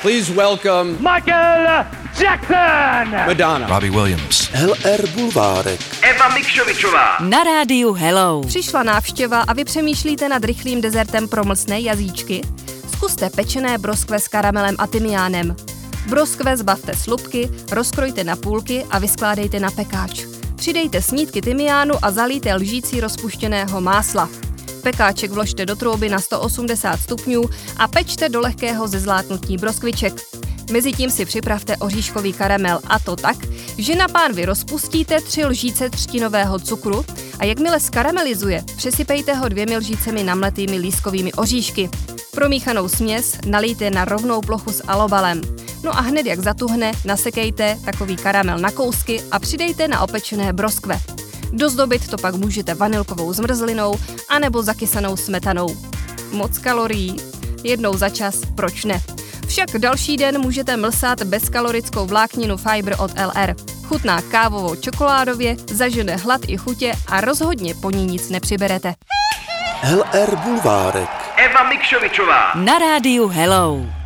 Please welcome Michael Jackson, Madonna, Robbie Williams, LR Bulvárek, Eva Mikšovičová. Na rádiu Hello. Přišla návštěva a vy přemýšlíte nad rychlým dezertem pro mlsné jazyčky? Zkuste pečené broskve s karamelem a tymiánem. Broskve zbavte slupky, rozkrojte na půlky a vyskládejte na pekáč. Přidejte snídky tymiánu a zalijte lžící rozpuštěného másla. Pekáček vložte do trouby na 180 stupňů a pečte do lehkého zezlátnutí broskviček. Mezitím si připravte oříškový karamel, a to tak, že na pánvi rozpustíte 3 lžíce třtinového cukru a jakmile skaramelizuje, přesypejte ho 2 lžícemi namletými lískovými oříšky. Promíchanou směs nalijte na rovnou plochu s alobalem. No a hned jak zatuhne, nasekejte takový karamel na kousky a přidejte na opečené broskve. Dozdobit to pak můžete vanilkovou zmrzlinou anebo zakysanou smetanou. Moc kalorií. Jednou za čas, proč ne? Však další den můžete mlsat bezkalorickou vlákninu Fiber od LR. Chutná kávovo-čokoládově, zažene hlad i chutě a rozhodně po ní nic nepřiberete. LR Bulvárek. Eva Mikšovičová. Na rádiu Hello.